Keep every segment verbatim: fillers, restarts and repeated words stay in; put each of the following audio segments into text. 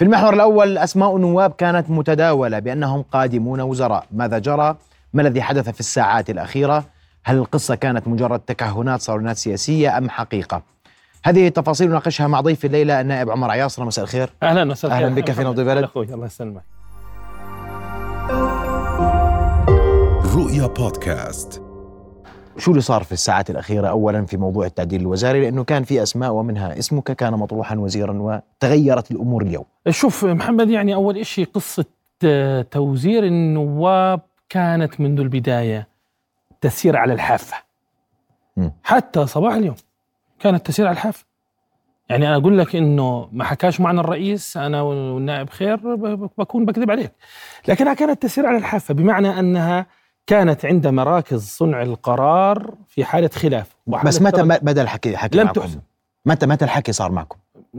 في المحور الأول أسماء النواب كانت متداولة بأنهم قادمون وزراء، ماذا جرى؟ ما الذي حدث في الساعات الأخيرة؟ هل القصة كانت مجرد تكهنات صالونات سياسية أم حقيقة؟ هذه التفاصيل نناقشها مع ضيف الليلة النائب عمر عياصرة. مساء الخير. أهلا مساء الخير. أهلا بك في نبض البلد. الله يسلمك. رؤيا بودكاست. شو اللي صار في الساعات الأخيرة أولا في موضوع التعديل الوزاري، لأنه كان في أسماء ومنها اسمك كان مطروحا وزيرا وتغيرت الأمور اليوم؟ شوف محمد، يعني أول إشي قصة توزير النواب كانت منذ البداية تسير على الحافة. م. حتى صباح اليوم كانت تسير على الحافة. يعني أنا أقول لك إنه ما حكاش معنا الرئيس أنا والنائب خير بكون بكذب عليك، لكنها كانت تسير على الحافة، بمعنى أنها كانت عند مراكز صنع القرار في حالة خلاف. بس متى بدأ الحكي حكي لم معكم؟ تحسن. متى متى الحكي صار معكم؟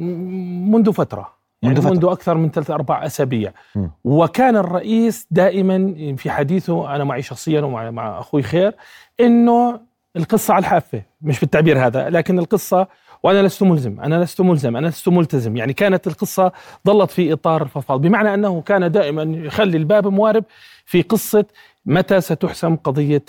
منذ فترة، يعني منذ, منذ أكثر من ثلاث أربع أسابيع. م. وكان الرئيس دائما في حديثه، أنا معي شخصيا ومع مع أخوي خير، إنه القصة على الحافة، مش بالتعبير هذا، لكن القصة، وأنا لست ملزم أنا لست ملزم أنا لست ملتزم، يعني كانت القصة ظلت في إطار الفضفاض، بمعنى أنه كان دائما يخلي الباب موارب في قصة متى ستحسم قضية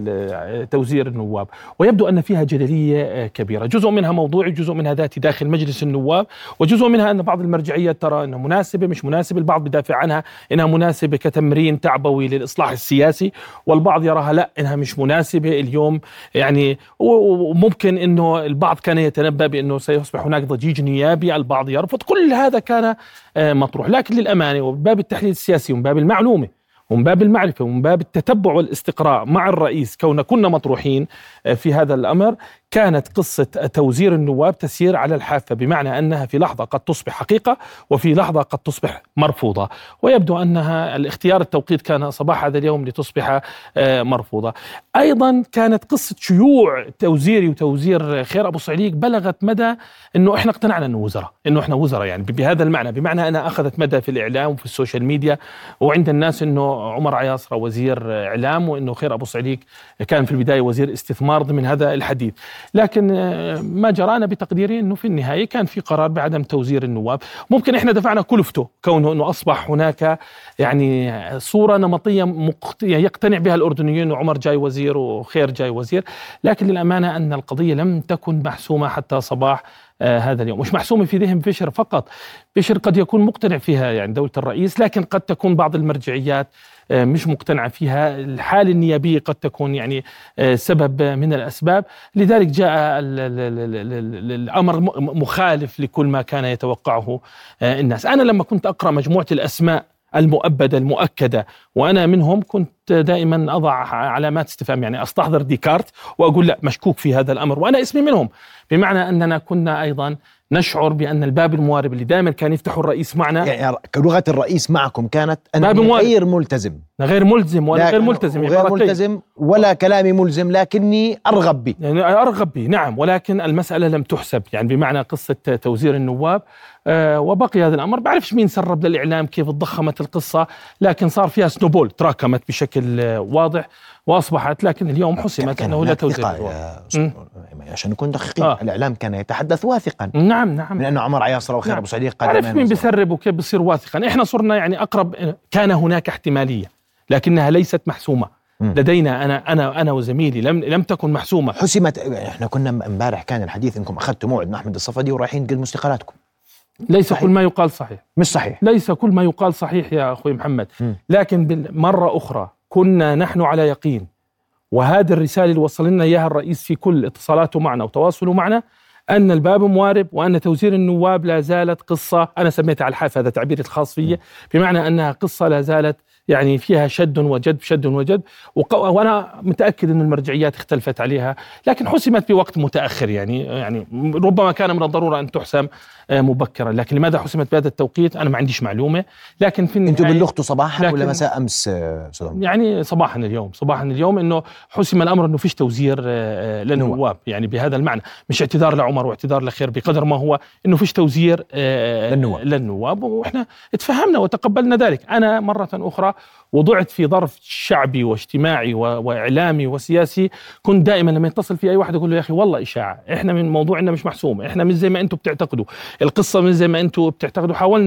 توزير النواب. ويبدو أن فيها جدلية كبيرة، جزء منها موضوعي، جزء منها ذاتي داخل مجلس النواب، وجزء منها أن بعض المرجعيات ترى أنها مناسبة مش مناسبة، البعض بدافع عنها أنها مناسبة كتمرين تعبوي للإصلاح السياسي، والبعض يراها لا إنها مش مناسبة اليوم. يعني وممكن أنه البعض كان يتنبأ بأنه سيصبح هناك ضجيج نيابي، البعض يرفض، كل هذا كان مطروح. لكن للأمانة ومن باب التحليل السياسي ومن باب المعلومة ومن باب المعرفة ومن باب التتبع والاستقراء مع الرئيس، كون كنا مطروحين في هذا الأمر، كانت قصة توزير النواب تسير على الحافة، بمعنى أنها في لحظة قد تصبح حقيقة وفي لحظة قد تصبح مرفوضة. ويبدو أنها الاختيار التوقيت كان صباح هذا اليوم لتصبح مرفوضة. أيضا كانت قصة شيوع توزيري وتوزير خير أبو صعليق بلغت مدى أنه إحنا اقتنعنا أنه وزراء، أنه إحنا وزراء، يعني بهذا المعنى، بمعنى أنها أخذت مدى في الإعلام وفي السوشيال ميديا وعند الناس أنه عمر عياصرة وزير إعلام، وأنه خير أبو صعليق كان في البداية وزير استثمار ضمن هذا الحديث. لكن ما جرانا بتقديري أنه في النهاية كان في قرار بعدم توزير النواب. ممكن إحنا دفعنا كلفته كونه أنه أصبح هناك يعني صورة نمطية يقتنع بها الأردنيين أنه عمر جاي وزير وخير جاي وزير، لكن للأمانة أن القضية لم تكن محسومة حتى صباح آه هذا اليوم. مش محسومة في ذهن بشر فقط، بشر قد يكون مقتنع فيها يعني دولة الرئيس، لكن قد تكون بعض المرجعيات آه مش مقتنعة فيها. الحالة النيابية قد تكون يعني آه سبب من الأسباب، لذلك جاء ال ال ال ال الأمر مخالف لكل ما كان يتوقعه آه الناس. أنا لما كنت أقرأ مجموعة الأسماء المؤبدة المؤكدة وأنا منهم، كنت دائما أضع علامات استفهام، يعني أستحضر ديكارت وأقول لا، مشكوك في هذا الأمر، وأنا اسمي منهم، بمعنى أننا كنا أيضا نشعر بأن الباب الموارب اللي دائما كان يفتحه الرئيس معنا، يعني كلغة الرئيس معكم كانت أن غير ملتزم غير ملزم ولا غير ملتزم غير ملتزم ولا كلامي ملزم، لكني أرغب به، يعني أرغب به نعم، ولكن المسألة لم تحسب، يعني بمعنى قصة توزير النواب. أه وبقي هذا الأمر، بعرفش مين سرب للإعلام كيف ضخمت القصة، لكن صار فيها سنوبول، تراكمت بشكل واضح وأصبحت، لكن اليوم حسمت أنه لا توزير النواب. عشان نكون دقيقين، آه. الإعلام كان يتحدث واثقا، نعم نعم، من أنه عمر عياصرة وخير نعم. أبو صعليق قادمان. عرف مين بيسرب وكيف بيصير واثقا. إحنا صرنا يعني أقرب، كان هناك احتمالية لكنها ليست محسومة م. لدينا، أنا أنا أنا وزميلي لم لم تكن محسومة. حسمت. إحنا كنا امبارح كان الحديث إنكم أخذتوا موعد مع أحمد الصفدي ورايحين تقدموا استقالاتكم. ليس صحيح. كل ما يقال صحيح، مش صحيح، ليس كل ما يقال صحيح يا أخوي محمد، م. لكن مرة أخرى كنا نحن على يقين، وهذه الرسالة اللي وصل لنا إياها الرئيس في كل اتصالاته معنا وتواصله معنا، أن الباب موارب، وأن توزير النواب لا زالت قصة، أنا سميتها على الحافة، هذا تعبيري الخاص فيه، بمعنى أنها قصة لا زالت يعني فيها شد وجد شد وجد، وأنا متأكد أن المرجعيات اختلفت عليها، لكن حسمت بوقت متأخر، يعني يعني ربما كان من الضرورة أن تحسم مبكرا، لكن لماذا حسمت بهذا التوقيت أنا ما عنديش معلومة. لكن في أنتم بلغتوا صباحا ولا مساء أمس صدام؟ يعني صباحا اليوم، صباحا اليوم إنه حسم الأمر، إنه فيش توزير للنواب، يعني بهذا المعنى، مش اعتذار لعمر واعتذار لخير، بقدر ما هو إنه فيش توزير للنواب. للنواب وإحنا اتفهمنا وتقبلنا ذلك. أنا مرة أخرى وضعت في ظرف شعبي واجتماعي وإعلامي وسياسي، كنت دائما لما يتصل في أي واحد أقول له يا أخي والله إشاعة، إحنا من موضوعنا مش محسوم، إحنا مش زي ما أنتم بتعتقدوا، القصة مش زي ما أنتم بتعتقدوا. حاولنا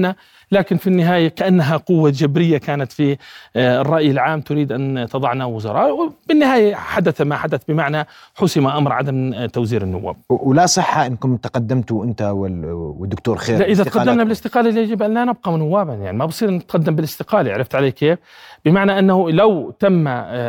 لكن في النهاية كأنها قوة جبرية كانت في الرأي العام تريد أن تضعنا وزراء، وبالنهاية حدث ما حدث، بمعنى حسم أمر عدم توزير النواب. ولا صحة أنكم تقدمتوا أنت والدكتور خير؟ لا، إذا تقدمنا بالاستقالة يجب أن لا نبقى نوابا، يعني ما بصير نتقدم بالاستقالة. عرفت علي كيف؟ بمعنى أنه لو تم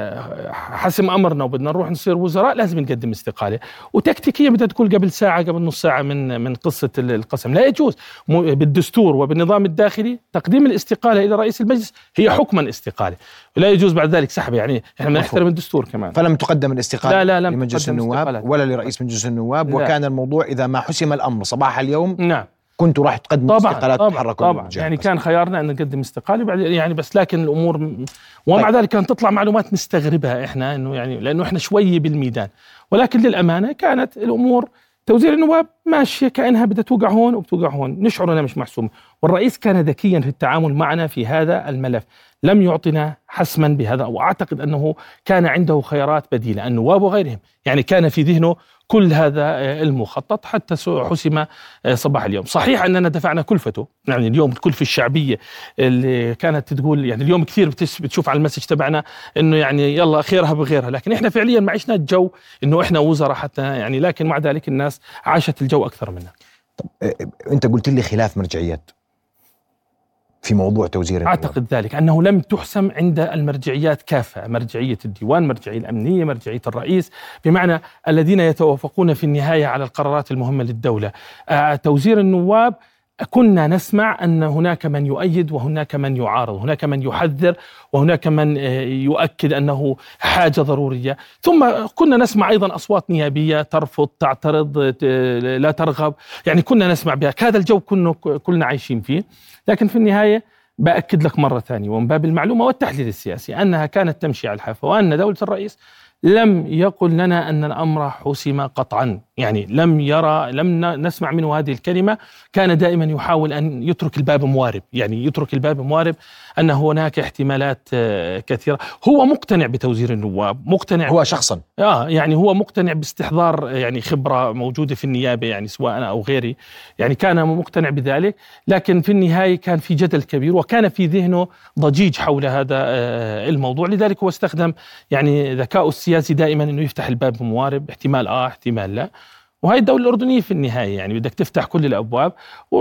حسم أمرنا وبدنا نروح نصير وزراء لازم نقدم استقالة، وتكتيكيا بدها تكون قبل ساعة قبل نص ساعة من من قصة القسم. لا يجوز بالدستور وبالنظام الداخلي تقديم الاستقالة إلى رئيس المجلس هي حكما استقالة، ولا يجوز بعد ذلك سحبه. يعني احنا نحترم الدستور كمان. فلم تقدم الاستقالة لا لا لم لمجلس النواب ولا لرئيس مجلس النواب. لا. وكان الموضوع إذا ما حسم الأمر صباح اليوم نعم كنتوا راح تقدموا استقالات وتتحركوا. طبعا يعني كان خيارنا أن نقدم استقالة يعني، بس لكن الأمور ومع طيب. ذلك كانت تطلع معلومات نستغربها إحنا، إنه يعني لأنه إحنا شوي بالميدان، ولكن للأمانة كانت الأمور توزيع النواب ماشية كأنها بدها توقع هون وبتوقع هون، نشعر أنها مش محسومة. والرئيس كان ذكيا في التعامل معنا في هذا الملف، لم يعطنا حسما بهذا، وأعتقد أنه كان عنده خيارات بديلة، النواب وغيرهم، يعني كان في ذهنه كل هذا المخطط حتى حسم صباح اليوم. صحيح أننا دفعنا كلفته، يعني اليوم الكلفة الشعبية اللي كانت تقول، يعني اليوم كثير بتشوف على المسج تبعنا إنه يعني يلا خيرها بغيرها، لكن إحنا فعليا ما عشنا الجو إنه إحنا وزراء حتى يعني، لكن مع ذلك الناس عاشت الجو أكثر منا. طب أنت قلت لي خلاف مرجعيات في موضوع توزير النواب. أعتقد ذلك أنه لم تحسم عند المرجعيات كافة، مرجعية الديوان، مرجعية الأمنية، مرجعية الرئيس، بمعنى الذين يتوافقون في النهاية على القرارات المهمة للدولة. آه توزير النواب كنا نسمع أن هناك من يؤيد وهناك من يعارض، هناك من يحذر وهناك من يؤكد أنه حاجة ضرورية، ثم كنا نسمع أيضا أصوات نيابية ترفض، تعترض، لا ترغب، يعني كنا نسمع بها. هذا الجو كنا كلنا عايشين فيه. لكن في النهاية بأكد لك مرة ثانية ومن باب المعلومة والتحليل السياسي أنها كانت تمشي على الحافة، وأن دولة الرئيس لم يقل لنا أن الأمر حسم قطعا، يعني لم يرى، لم نسمع منه هذه الكلمة. كان دائما يحاول أن يترك الباب موارب، يعني يترك الباب موارب أن هناك احتمالات كثيرة. هو مقتنع بتوزير النواب، مقتنع هو شخصا آه يعني هو مقتنع باستحضار يعني خبرة موجودة في النيابة، يعني سواء أنا أو غيري، يعني كان مقتنع بذلك. لكن في النهاية كان في جدل كبير وكان في ذهنه ضجيج حول هذا الموضوع، لذلك هو استخدم يعني ذكاء السياسي دائما أنه يفتح الباب موارب، احتمال آه احتمال لا. وهي الدولة الأردنية في النهاية يعني بدك تفتح كل الأبواب،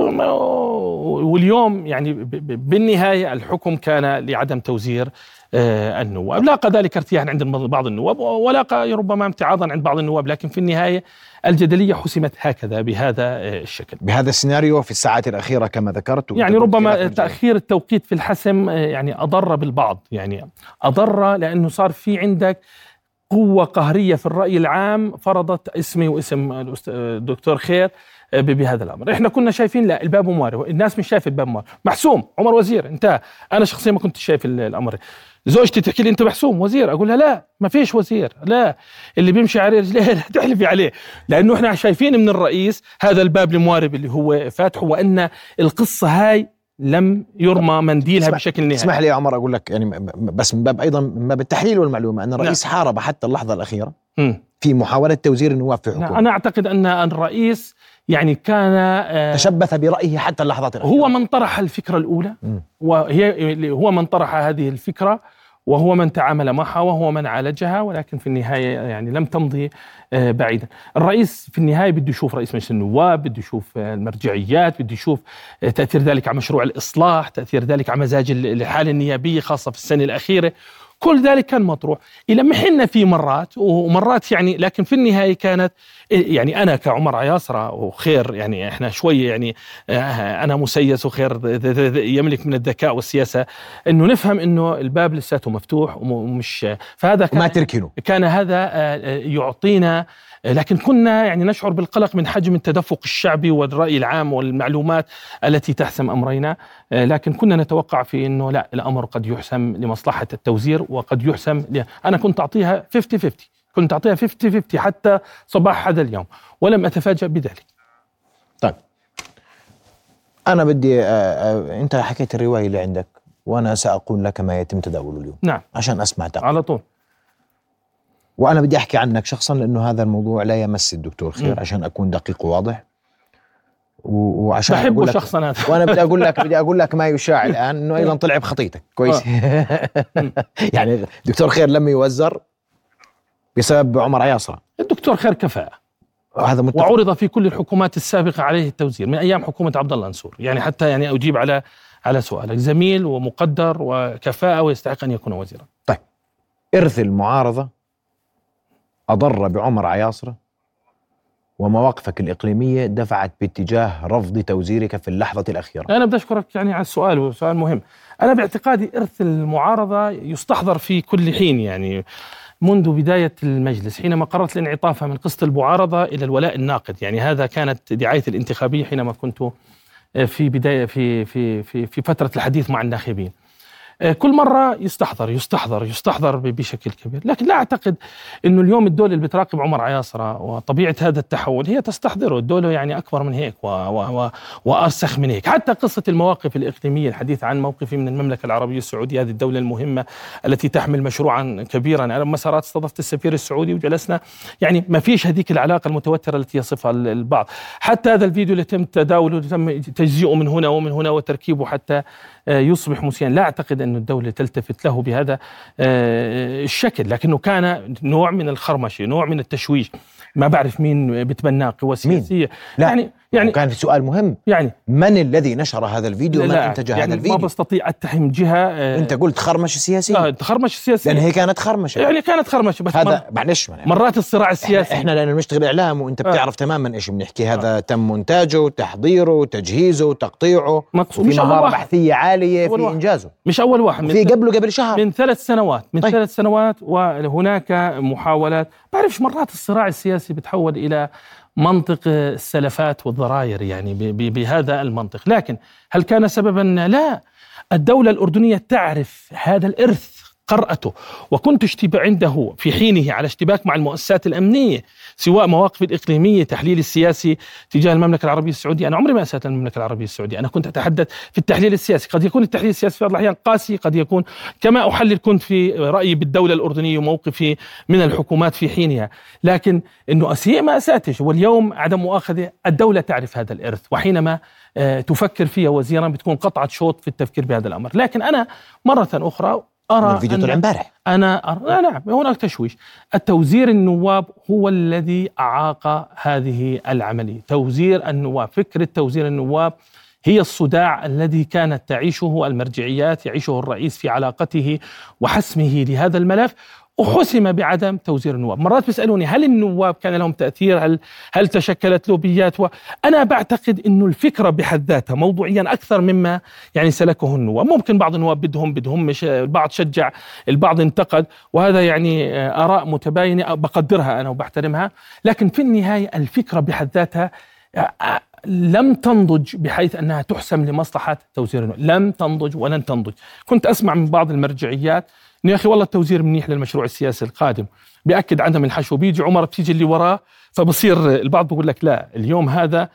واليوم يعني بالنهاية الحكم كان لعدم توزير النواب. لاقى ذلك ارتياحا عند بعض النواب ولاقى ربما امتعاضا عند بعض النواب، لكن في النهاية الجدلية حسمت هكذا بهذا الشكل، بهذا السيناريو في الساعات الأخيرة كما ذكرت. يعني ربما تأخير التوقيت في الحسم يعني أضر بالبعض، يعني أضر لأنه صار في عندك قوة قهرية في الرأي العام فرضت اسمي واسم الدكتور خير بهذا الأمر. إحنا كنا شايفين لا الباب موارب، الناس مش شايفة الباب موارب، محسوم عمر وزير انتهى. أنا شخصيا ما كنت شايف الأمر. زوجتي تحكي لي أنت محسوم وزير، أقول لها لا ما فيش وزير، لا اللي بيمشي عليه رجليه لا تحلفي عليه، لأنه إحنا شايفين من الرئيس هذا الباب الموارب اللي هو فاتحه، وأن القصة هاي لم يرمى منديلها بشكل نهائي. اسمح لي يا عمر أقول لك يعني بس من باب أيضا من باب التحليل والمعلومة أن الرئيس نعم. حارب حتى اللحظة الأخيرة م. في محاولة توزير النواب في حكومة. أنا أعتقد أن الرئيس يعني كان تشبث برأيه حتى اللحظات الأخيرة. هو من طرح الفكرة الأولى م. وهي هو من طرح هذه الفكرة، وهو من تعامل معها، وهو من عالجها، ولكن في النهاية يعني لم تمضي بعيدا. الرئيس في النهاية بده يشوف رئيس مجلس النواب، بده يشوف المرجعيات، بده يشوف تأثير ذلك على مشروع الإصلاح، تأثير ذلك على مزاج الحالة النيابية خاصة في السنة الأخيرة. كل ذلك كان مطروح، يلمحنا في مرات ومرات يعني، لكن في النهاية كانت يعني أنا كعمر عياصرة وخير يعني إحنا شوية يعني أنا مسيس وخير يملك من الذكاء والسياسة إنه نفهم إنه الباب لساته مفتوح ومش فهذا كان ما تركنه. كان هذا يعطينا، لكن كنا يعني نشعر بالقلق من حجم التدفق الشعبي والرأي العام والمعلومات التي تحسم أمرنا، لكن كنا نتوقع في أنه لا الأمر قد يحسم لمصلحة التوزير وقد يحسم ل... أنا كنت أعطيها خمسين خمسين، كنت أعطيها خمسين خمسين حتى صباح هذا اليوم ولم أتفاجأ بذلك. طيب أنا بدي أ... أنت حكيت الرواية اللي عندك وأنا سأقول لك ما يتم تداوله اليوم. نعم. عشان أسمع تقول. على طول. وأنا بدي أحكي عنك شخصا لأنه هذا الموضوع لا يمس الدكتور خير م. عشان أكون دقيق وواضح. وعشان بحبه شخصا. وانا بدي اقول لك بدي اقول لك ما يشاع الان انه ايضا طلع بخطيتك كويس. يعني دكتور خير لم يوزر بسبب عمر عياصرة. الدكتور خير كفاءة، هذا متفق. وعرض في كل الحكومات السابقة عليه التوزير من ايام حكومة عبد الله النصور، يعني حتى يعني اجيب على على سؤالك، زميل ومقدر وكفاءة ويستحق ان يكون وزيرا. طيب، إرث المعارضة أضر بعمر عياصرة، ومواقفك الإقليمية دفعت باتجاه رفض توزيرك في اللحظة الأخيرة. أنا بدي أشكرك يعني على السؤال، وسؤال مهم. أنا باعتقادي إرث المعارضة يستحضر في كل حين، يعني منذ بداية المجلس حينما قررت الانعطاف من قسط المعارضة إلى الولاء الناقد. يعني هذا كانت دعاية الانتخابية حينما كنت في بداية في في في في فترة الحديث مع الناخبين. كل مرة يستحضر يستحضر يستحضر بشكل كبير، لكن لا أعتقد أنه اليوم الدولة اللي بتراقب عمر عياصرة وطبيعة هذا التحول هي تستحضره. الدولة يعني أكبر من هيك و و و وأرسخ من هيك. حتى قصة المواقف الإقليمية، الحديث عن موقفي من المملكة العربية السعودية، هذه الدولة المهمة التي تحمل مشروعا كبيرا. أنا مسارات استضفت السفير السعودي وجلسنا، يعني ما فيش هذيك العلاقة المتوترة التي يصفها البعض. حتى هذا الفيديو اللي تم تداوله تم تجزئه من هنا ومن هنا وتركيبه حتى يصبح مسيئا، لا أعتقد أن الدولة تلتفت له بهذا الشكل، لكنه كان نوع من الخرمشة، نوع من التشويش. ما بعرف مين بتبناه، قوى سياسية. لا يعني يعني كان في سؤال مهم، يعني من الذي نشر هذا الفيديو؟ من انتج يعني هذا الفيديو؟ ما بستطيع اتهم جهه. انت قلت خرمشه سياسيه. اه خرمشه سياسيه، لان هي كانت خرمشه، يعني كانت خرمشه. بس هذا معلش مرات الصراع السياسي، احنا, احنا لانه نشتغل اعلام وانت بتعرف آه. تماما ايش بنحكي. هذا آه. تم مونتاجه، تحضيره، تجهيزه، تقطيعه، في مهاره بحثيه عاليه في واحد. انجازه مش اول واحد، في قبله قبل شهر، من ثلاث سنوات من طيب. ثلاث سنوات وهناك محاولات. بعرفش مرات الصراع السياسي بتحول الى منطق السلفات والضراير، يعني بهذا المنطق. لكن هل كان سببا؟ لا. الدولة الأردنية تعرف هذا الإرث، قرأته، وكنت اشتبه عنده في حينه على اشتباك مع المؤسسات الأمنية، سواء مواقف الإقليمية، تحليل السياسي تجاه المملكة العربية السعودية. أنا عمري ما أسأت المملكة العربية السعودية، أنا كنت أتحدث في التحليل السياسي. قد يكون التحليل السياسي في بعض الأحيان قاسي، قد يكون كما أحلل كنت في رأيي بالدولة الأردنية وموقفي من الحكومات في حينها، لكن إنه أسيء ما أساتش. واليوم عدم مؤاخذة، الدولة تعرف هذا الإرث، وحينما تفكر فيها وزيرا بتكون قطعت شوط في التفكير بهذا الأمر. لكن أنا مرة أخرى أرى الفيديو طلع امبارح. أنا أرى نعم هناك تشويش. التوزير النواب هو الذي أعاق هذه العملية. توزير النواب، فكرة توزير النواب هي الصداع الذي كانت تعيشه المرجعيات، يعيشه الرئيس في علاقته وحسمه لهذا الملف، وحسم بعدم توزير النواب. مرات بيسألوني هل النواب كان لهم تأثير؟ هل هل تشكلت لوبيات؟ وأنا بعتقد إنه الفكرة بحد ذاتها موضوعيا أكثر مما يعني سلكه النواب. ممكن بعض النواب بدهم بدهم مش، البعض شجع، البعض انتقد، وهذا يعني آراء متباينة بقدرها أنا وبحترمها. لكن في النهاية الفكرة بحد ذاتها لم تنضج بحيث أنها تحسم لمصلحة توزير النواب، لم تنضج ولن تنضج. كنت أسمع من بعض المرجعيات إنه يا أخي والله التوزير منيح للمشروع السياسي القادم، بيأكد عدم الحشو، بيجي عمر بتيجي اللي وراه، فبصير البعض بيقول لك لا، اليوم هذا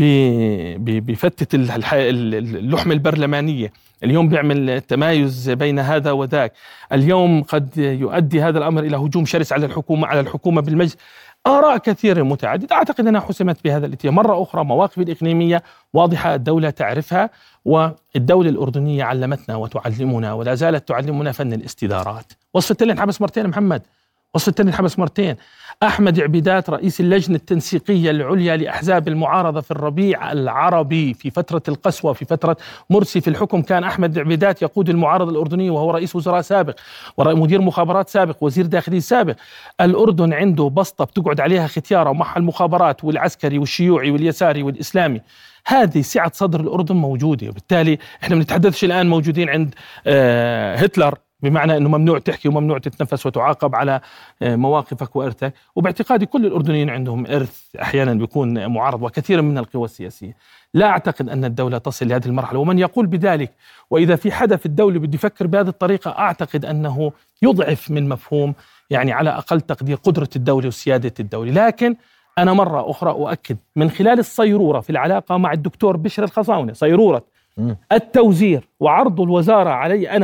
بيفتت اللحمة البرلمانية، اليوم بيعمل تمايز بين هذا وذاك، اليوم قد يؤدي هذا الأمر إلى هجوم شرس على الحكومة على الحكومة بالمجلس. آراء كثيرة متعددة، أعتقد أنها حسمت بهذا الاتجاه. مرة أخرى مواقف الإقليمية واضحة، الدولة تعرفها، والدولة الأردنية علمتنا وتعلمنا ولا زالت تعلمنا فن الاستدارات. وصف التل انحبس مرتين محمد، وصف التل انحبس مرتين. أحمد عبيدات رئيس اللجنة التنسيقية العليا لأحزاب المعارضة في الربيع العربي في فترة القسوة، في فترة مرسي في الحكم، كان أحمد عبيدات يقود المعارضة الأردنية وهو رئيس وزراء سابق ومدير مخابرات سابق، وزير داخلية سابق. الأردن عنده بسطة بتقعد عليها ختيارة ومعها المخابرات والعسكري والشيوعي واليساري والإسلامي. هذه سعة صدر الأردن موجودة، وبالتالي احنا بنتحدثش الآن موجودين عند آه هتلر، بمعنى أنه ممنوع تحكي وممنوع تتنفس وتعاقب على مواقفك وإرثك. وباعتقادي كل الأردنيين عندهم إرث أحيانا بيكون معارض، وكثير من القوى السياسية. لا أعتقد أن الدولة تصل لهذه المرحلة، ومن يقول بذلك وإذا في حدا في الدولة بده يفكر بهذه الطريقة أعتقد أنه يضعف من مفهوم يعني على أقل تقدير قدرة الدولة وسيادة الدولة. لكن أنا مرة أخرى أؤكد من خلال الصيرورة في العلاقة مع الدكتور بشر الخصاونة، صيرورة التوزير وعرض الوزارة علي أنا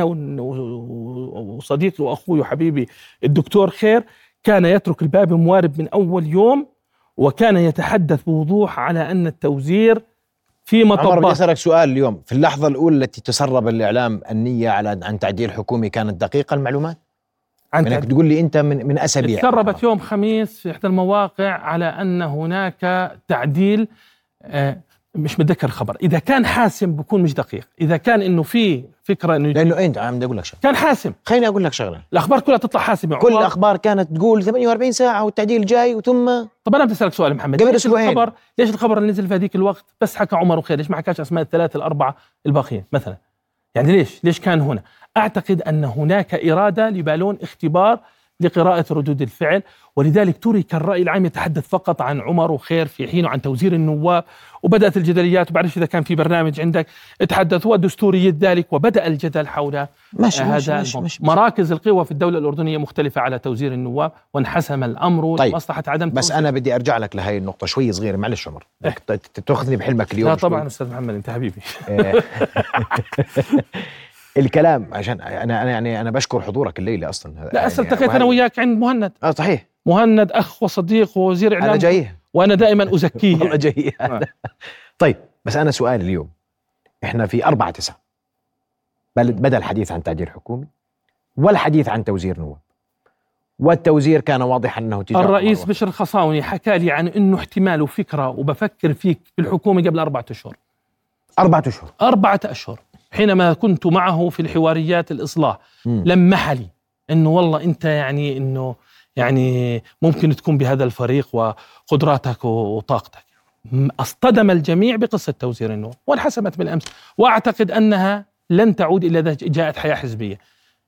وصديقي وأخوي وحبيبي الدكتور خير، كان يترك الباب موارب من أول يوم، وكان يتحدث بوضوح على أن التوزير في مطبات. عمر بدي أسألك سؤال اليوم، في اللحظة الأولى التي تسرب الإعلام النية على عن تعديل حكومي كانت دقيقة المعلومات؟ انك يعني تقول لي انت من من اسابيع تسربت يوم خميس في احدى المواقع على ان هناك تعديل، آه مش متذكر الخبر، اذا كان حاسم بكون مش دقيق، اذا كان انه في فكره انه لانه انت عم بدي اقول لك شغله كان حاسم. خليني اقول لك شغله، الاخبار كلها تطلع حاسمه. كل الاخبار كانت تقول ثمانية وأربعين ساعه والتعديل جاي وثم. طب انا بدي اسالك سؤال محمد، قبل ليش اسبوعين الخبر ليش الخبر اللي نزل في هذيك الوقت بس حكى عمر وخير، ليش ما حكاش اسماء الثلاثه الاربعه الباقيين مثلا؟ يعني ليش ليش كان هنا؟ اعتقد ان هناك اراده لبالون اختبار لقراءة ردود الفعل، ولذلك ترك الرأي العام يتحدث فقط عن عمر وخير في حين عن توزير النواب، وبدأت الجدليات، وبعرفش إذا كان في برنامج عندك تحدث ودستورية ذلك، وبدأ الجدل حول ماشي هذا ماشي ماشي ماشي مراكز القوى في الدولة الأردنية مختلفة على توزير النواب، وانحسم الأمر طيب. لمصلحة عدم بس توزير. أنا بدي أرجع لك لهي النقطة شوي صغيرة، معلش عمر تأخذني بحلمك اليوم. لا طبعا أستاذ محمد أنت حبيبي. الكلام عشان انا انا يعني انا بشكر حضورك الليله اصلا. لا اصلا التقيت انا وياك عند مهند. اه صحيح، مهند اخ وصديق ووزير اعلام. انا جاي وانا دائما ازكيه. والله جاي. طيب بس انا سؤالي اليوم، احنا في أربعة تسعة بدا الحديث عن تعديل حكومي والحديث عن توزير نواب، والتوزير كان واضحا انه تجاه الرئيس بشر الخصاوني حكى لي عن انه احتمال وفكره وبفكر فيك في الحكومه قبل أربعة اشهر. أربعة اشهر أربعة اشهر حينما كنت معه في الحواريات الإصلاح. م. لمح لي انه والله انت يعني انه يعني ممكن تكون بهذا الفريق وقدراتك وطاقتك. اصطدم الجميع بقصه توزير النواب وانحسمت بالامس، واعتقد انها لن تعود الا اذا جاءت حياه حزبيه.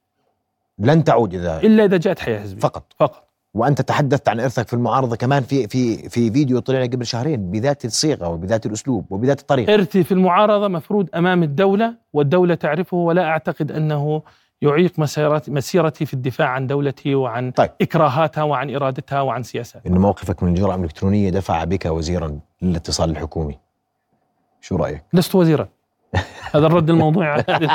لن تعود اذا الا اذا جاءت حياه حزبيه فقط فقط. وانت تحدثت عن ارثك في المعارضه كمان في في في فيديو طلع قبل شهرين بذات الصيغه وبذات الاسلوب وبذات الطريقه. ارثي في المعارضه مفروض امام الدوله والدوله تعرفه، ولا اعتقد انه يعيق مسيرتي مسيرتي في الدفاع عن دولتي وعن طيب. إكراهاتها وعن إرادتها وعن سياساتها. إن موقفك من الجرائم الإلكترونية دفع بك وزيرا للاتصال الحكومي، شو رأيك؟ لست وزيرا. هذا الرد الموضوع.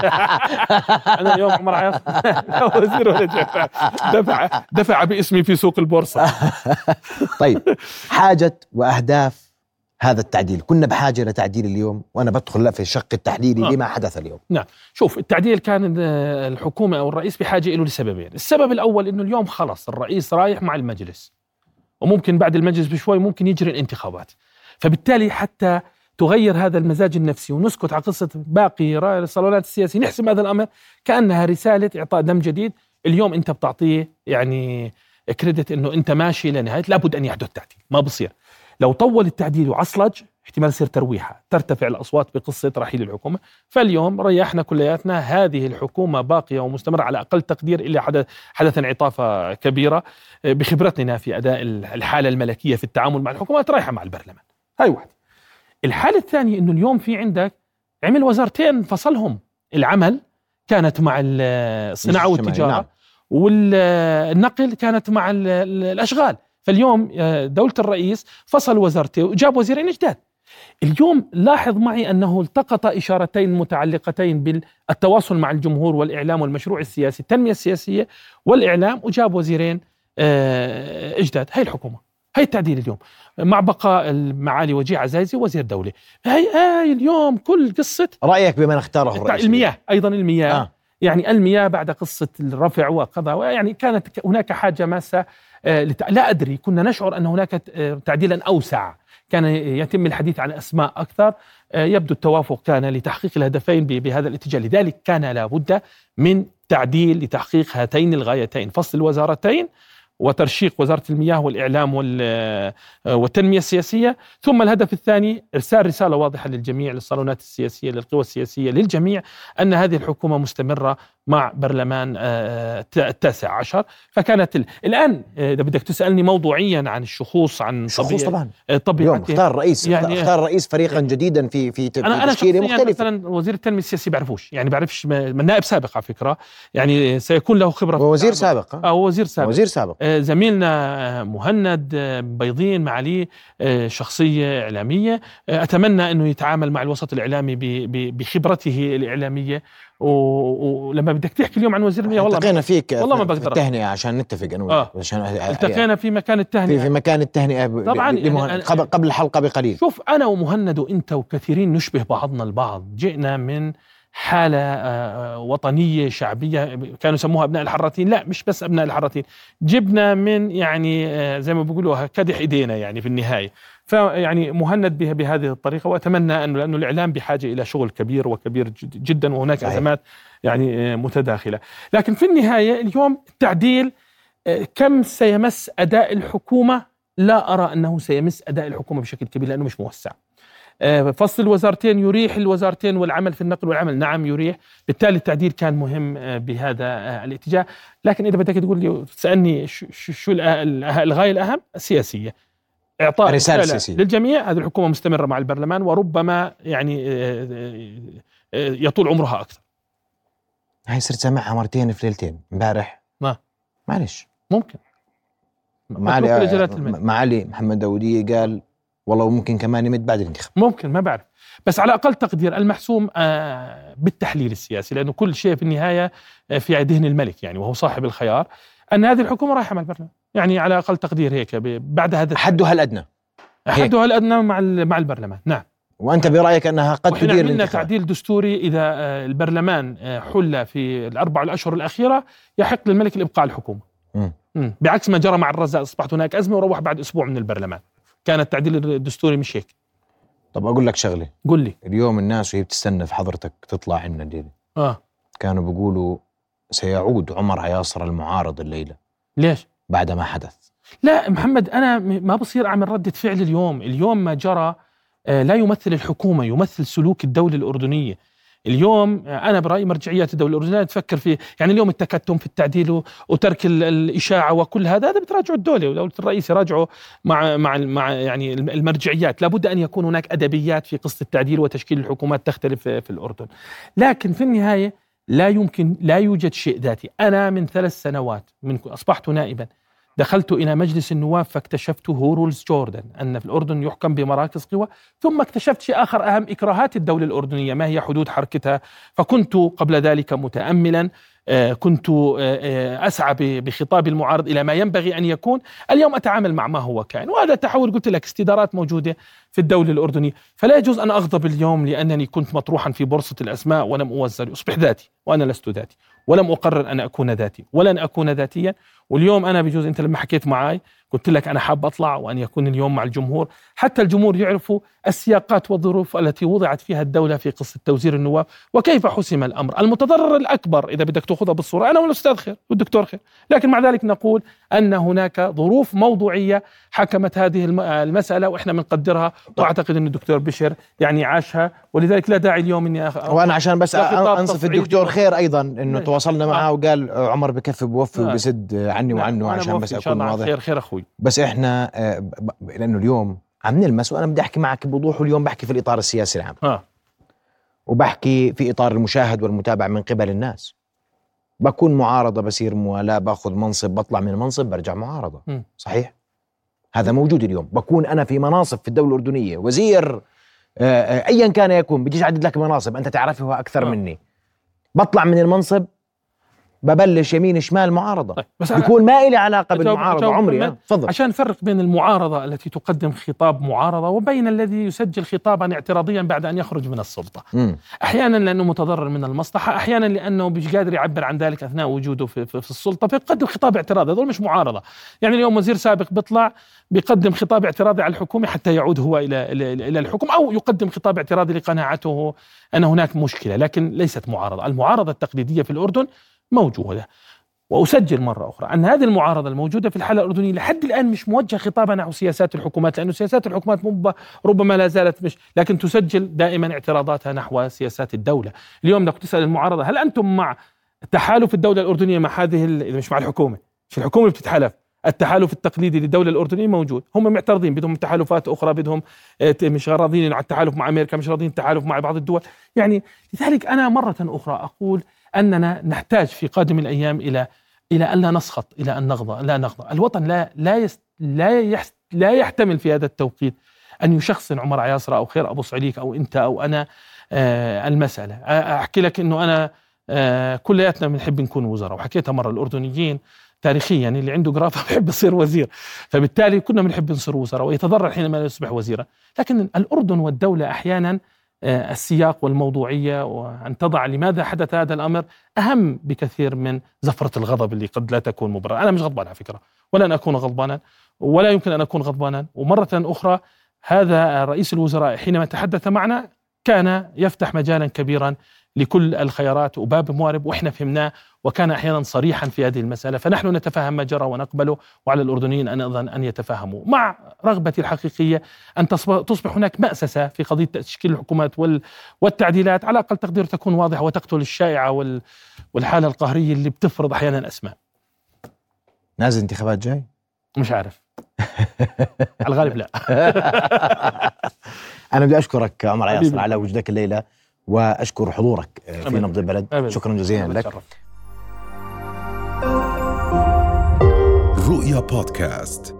أنا اليوم عمر عياص لا وزير ولا دفع دفع دفع باسمي في سوق البورصة. طيب حاجة وأهداف هذا التعديل، كنا بحاجة لتعديل اليوم، وأنا بدخل في الشق التحليلي آه. لما حدث اليوم. نعم شوف، التعديل كان الحكومة أو الرئيس بحاجة له لسببين. السبب الأول إنه اليوم خلص الرئيس رايح مع المجلس، وممكن بعد المجلس بشوي ممكن يجري الانتخابات، فبالتالي حتى تغير هذا المزاج النفسي ونسكت على قصة باقي الصالونات السياسية، نحسم هذا الأمر كأنها رسالة إعطاء دم جديد. اليوم أنت بتعطيه يعني كريدت إنه أنت ماشي لنهاية، لابد أن يحدث تعديل، ما بصير لو طول التعديل وعصلج احتمال يصير ترويحة، ترتفع الأصوات بقصة رحيل الحكومة. فاليوم ريحنا كلياتنا، هذه الحكومة باقية ومستمرة على أقل تقدير، إلا حدث حدث انعطافة كبيرة بخبرتنا في أداء الحالة الملكية في التعامل مع الحكومات رايحة مع البرلمان. هاي واحد. الحالة الثانية إنه اليوم في عندك عمل وزارتين فصلهم العمل كانت مع الصناعة والتجارة، نعم. والنقل كانت مع الأشغال. فاليوم دولة الرئيس فصل وزارته وجاب وزيرين جداد. اليوم لاحظ معي أنه التقط إشارتين متعلقتين بالتواصل مع الجمهور والإعلام والمشروع السياسي، التنمية السياسية والإعلام، وجاب وزيرين جداد. هاي الحكومة، هاي التعديل اليوم مع بقاء المعالي وجيه عزايزي وزير دولة. هاي هاي اليوم كل قصة. رأيك بمن اختاره الرئيس؟ المياه أيضا المياه آه. يعني المياه بعد قصة الرفع وقضاء، يعني كانت هناك حاجة ماسة. لا أدري، كنا نشعر أن هناك تعديلا أوسع، كان يتم الحديث عن أسماء أكثر. يبدو التوافق كان لتحقيق الهدفين بهذا الاتجاه، لذلك كان لابد من تعديل لتحقيق هاتين الغايتين، فصل الوزارتين وترشيق وزارة المياه والإعلام والتنمية السياسية. ثم الهدف الثاني إرسال رسالة واضحة للجميع، للصالونات السياسية، للقوى السياسية، للجميع، أن هذه الحكومة مستمرة مع برلمان التاسع عشر. فكانت ال... الآن إذا بدك تسألني موضوعيا عن الشخوص، عن شخوص طبعا طبيعة اختار الرئيس يعني اختار الرئيس فريقا جديدا في في تشكيله مختلفة. مثلا وزير التنمية السياسية بعرفوش، يعني بعرفش من نائب سابق على فكرة، يعني سيكون له خبرة. ووزير سابق أو وزير سابق وزير سابق زميلنا مهند بيضين معاليه شخصية إعلامية، أتمنى أنه يتعامل مع الوسط الإعلامي بخبرته الإعلامية، ولما بدك تحكي اليوم عن وزير المياه والله التقينا فيك والله ما بقدر التهنئة عشان نتفق أنا آه. عشان التقينا في مكان التهنئة في, في مكان التهنئة طبعا يعني قبل قبل الحلقة بقليل. شوف أنا ومهند وأنت وكثيرين نشبه بعضنا البعض، جئنا من حالة وطنية شعبية كانوا يسموها أبناء الحراتين، لا مش بس أبناء الحراتين، جبنا من يعني زي ما بيقولوا كدح إيدينا يعني في النهاية. فيعني مهند بها بهذه الطريقة، وأتمنى أنه لأنه الإعلام بحاجة إلى شغل كبير وكبير جدا، وهناك أزمات يعني متداخلة. لكن في النهاية اليوم التعديل كم سيمس أداء الحكومة؟ لا أرى أنه سيمس أداء الحكومة بشكل كبير لأنه مش موسع. فصل الوزارتين يريح الوزارتين والعمل في النقل والعمل، نعم يريح، بالتالي التعديل كان مهم بهذا الاتجاه. لكن إذا بدك تقول لي تسألني شو الغاية الأهم السياسية، إعطاء رسالة للجميع، هذه الحكومة مستمرة مع البرلمان وربما يعني يطول عمرها أكثر. هاي صرت سامعها مرتين في ليلتين امبارح. ما معلش ممكن معالي معالي محمد داودية قال والله ممكن كمان يمد بعد الانتخابات، ممكن ما بعرف، بس على أقل تقدير المحسوم بالتحليل السياسي، لأنه كل شيء في النهاية في ذهن الملك يعني وهو صاحب الخيار، أن هذه الحكومة رايحة مع البرلمان، يعني على أقل تقدير هيك بعد هذا حدها الأدنى حدها الأدنى مع مع البرلمان. نعم. وأنت برأيك أنها قد تدير الانتخابات؟ عملنا تعديل دستوري إذا البرلمان حل في الأربع الأشهر الأخيرة يحق للملك الإبقاء على الحكومة، م. بعكس ما جرى مع الرزاق، أصبحت هناك أزمة وروح بعد أسبوع من البرلمان. كان التعديل الدستوري مش هيك. طب أقول لك شغلة، قل لي. اليوم الناس وهي بتستنى في حضرتك تطلع عنا الليلة آه. كانوا بيقولوا سيعود عمر عياصر المعارض الليلة. ليش؟ بعد ما حدث. لا محمد، أنا ما بصير أعمل ردة فعل اليوم. اليوم ما جرى لا يمثل الحكومة، يمثل سلوك الدولة الأردنية. اليوم أنا برأيي مرجعيات الدولة الأردنية تفكر فيه، يعني اليوم التكتم في التعديل وترك الإشاعة وكل هذا هذا بتراجعوا الدولة ودولة الرئيس يراجعوا مع مع مع يعني المرجعيات. لابد أن يكون هناك أدبيات في قصة التعديل وتشكيل الحكومات تختلف في الأردن، لكن في النهاية لا يمكن لا يوجد شيء ذاتي. أنا من ثلاث سنوات من أصبحت نائبا دخلت إلى مجلس النواب فاكتشفت هورولز جوردن أن في الأردن يحكم بمراكز قوى، ثم اكتشفت شيء آخر أهم، إكراهات الدولة الأردنية ما هي حدود حركتها. فكنت قبل ذلك متأملا، كنت أسعى بخطاب المعارض إلى ما ينبغي أن يكون، اليوم أتعامل مع ما هو كائن، وهذا تحول قلت لك استدارات موجودة في الدولة الأردنية. فلا يجوز أن أغضب اليوم لأنني كنت مطروحا في بورصة الأسماء ولم أوزر، أصبح ذاتي وأنا لست ذاتي، ولم أقرر أن أكون ذاتي ولن أكون ذاتيا. واليوم أنا بجوز أنت لما حكيت معي قلت لك أنا حاب أطلع وأن يكون اليوم مع الجمهور، حتى الجمهور يعرفوا السياقات والظروف التي وضعت فيها الدولة في قصة توزير النواب وكيف حسم الأمر. المتضرر الأكبر إذا بدك تأخذها بالصورة أنا والأستاذ خير والدكتور خير، لكن مع ذلك نقول أن هناك ظروف موضوعية حكمت هذه المسألة وإحنا بنقدرها، وأعتقد أن الدكتور بشر يعني عاشها، ولذلك لا داعي اليوم إني أخ... وأنا عشان بس أنصف الدكتور خير أيضا إنه تواصلنا معه وقال عمر بكفي بوفي آه. وبسد عني وعنه عشان بس أكون واضح. خير خير أخوي. بس إحنا آه لأنه اليوم عم نلمس، وأنا بدي أحكي معك بوضوح، واليوم بحكي في الإطار السياسي العام آه. وبحكي في إطار المشاهد والمتابع من قبل الناس. بكون معارضة بصير موالاة، باخذ منصب بطلع من المنصب برجع معارضة. م. صحيح؟ هذا موجود اليوم. بكون أنا في مناصب في الدولة الأردنية وزير آه أيا كان يكون، بديش أعدد لك مناصب أنت تعرفها أكثر آه. مني، بطلع من المنصب ببلش يمين شمال معارضة. طيب بيكون ما إلي علاقة بالمعارضة عمري. تفضل. عشان نفرق بين المعارضة التي تقدم خطاب معارضة وبين الذي يسجل خطابا اعتراضيا بعد أن يخرج من السلطة. م. أحيانا لأنه متضرر من المصلحة، أحيانا لأنه مش قادر يعبر عن ذلك أثناء وجوده في, في, في السلطة فيقدم خطاب اعتراضي. هذول مش معارضة. يعني اليوم وزير سابق بيطلع بيقدم خطاب اعتراضي على الحكومة حتى يعود هو إلى إلى, إلى الحكم، أو يقدم خطاب اعتراضي لقناعته أن هناك مشكلة، لكن ليست معارضة. المعارضة التقليدية في الأردن موجودة، وأسجل مرة أخرى أن هذه المعارضة الموجودة في الحالة الأردنية لحد الآن مش موجه خطابا نحو سياسات الحكومات، لأنه سياسات الحكومات ربما لا زالت مش، لكن تسجل دائما اعتراضاتها نحو سياسات الدولة. اليوم بدك تسأل المعارضة هل أنتم مع تحالف الدولة الأردنية مع هذه، مش مع الحكومة، مش الحكومة بتتحالف، التحالف التقليدي للدولة الأردنية موجود، هم معترضين بدهم تحالفات أخرى، بدهم مش راضين على التحالف مع أمريكا، مش راضين التحالف مع بعض الدول. يعني لذلك أنا مرة أخرى أقول أننا نحتاج في قادم الأيام إلى إلى أن لا نسخط، إلى أن نغضى لا نغضى. الوطن لا لا يست لا يحس لا يحتمل في هذا التوقيت أن يشخصن عمر عياصرة أو خير أبو صعليك أو أنت أو أنا. آه المسألة أحكي لك إنه أنا آه كلياتنا بنحب نكون وزراء، وحكيتها مرة الأردنيين تاريخيا اللي عنده قرافة بحب يصير وزير، فبالتالي كنا بنحب نصير وزراء ويتضرر حينما يصبح وزيرا. لكن الأردن والدولة أحيانا آه السياق والموضوعية وأن تضع لماذا حدث هذا الأمر أهم بكثير من زفرة الغضب اللي قد لا تكون مبررة. أنا مش غضبان على فكرة، ولن أكون غضبانا ولا يمكن أن أكون غضبانا. ومرة أخرى هذا رئيس الوزراء حينما تحدث معنا كان يفتح مجالا كبيرا لكل الخيارات وباب موارب، وإحنا فهمناه، وكان أحيانا صريحا في هذه المسألة. فنحن نتفهم ما جرى ونقبله، وعلى الأردنيين أن أيضا أن يتفهموا، مع رغبتي الحقيقية أن تصبح هناك مأسسة في قضية تشكيل الحكومات والتعديلات، على أقل تقدير تكون واضحة وتقتل الشائعة والحالة القهرية اللي بتفرض أحيانا أسماء. نازل انتخابات جاي؟ مش عارف. على الغالب لا. أنا بدي أشكرك عمر عياصر على وجودك الليلة، وأشكر حضورك في نبض البلد. أبداً. شكرا جزيلا لك. رؤيا بودكاست.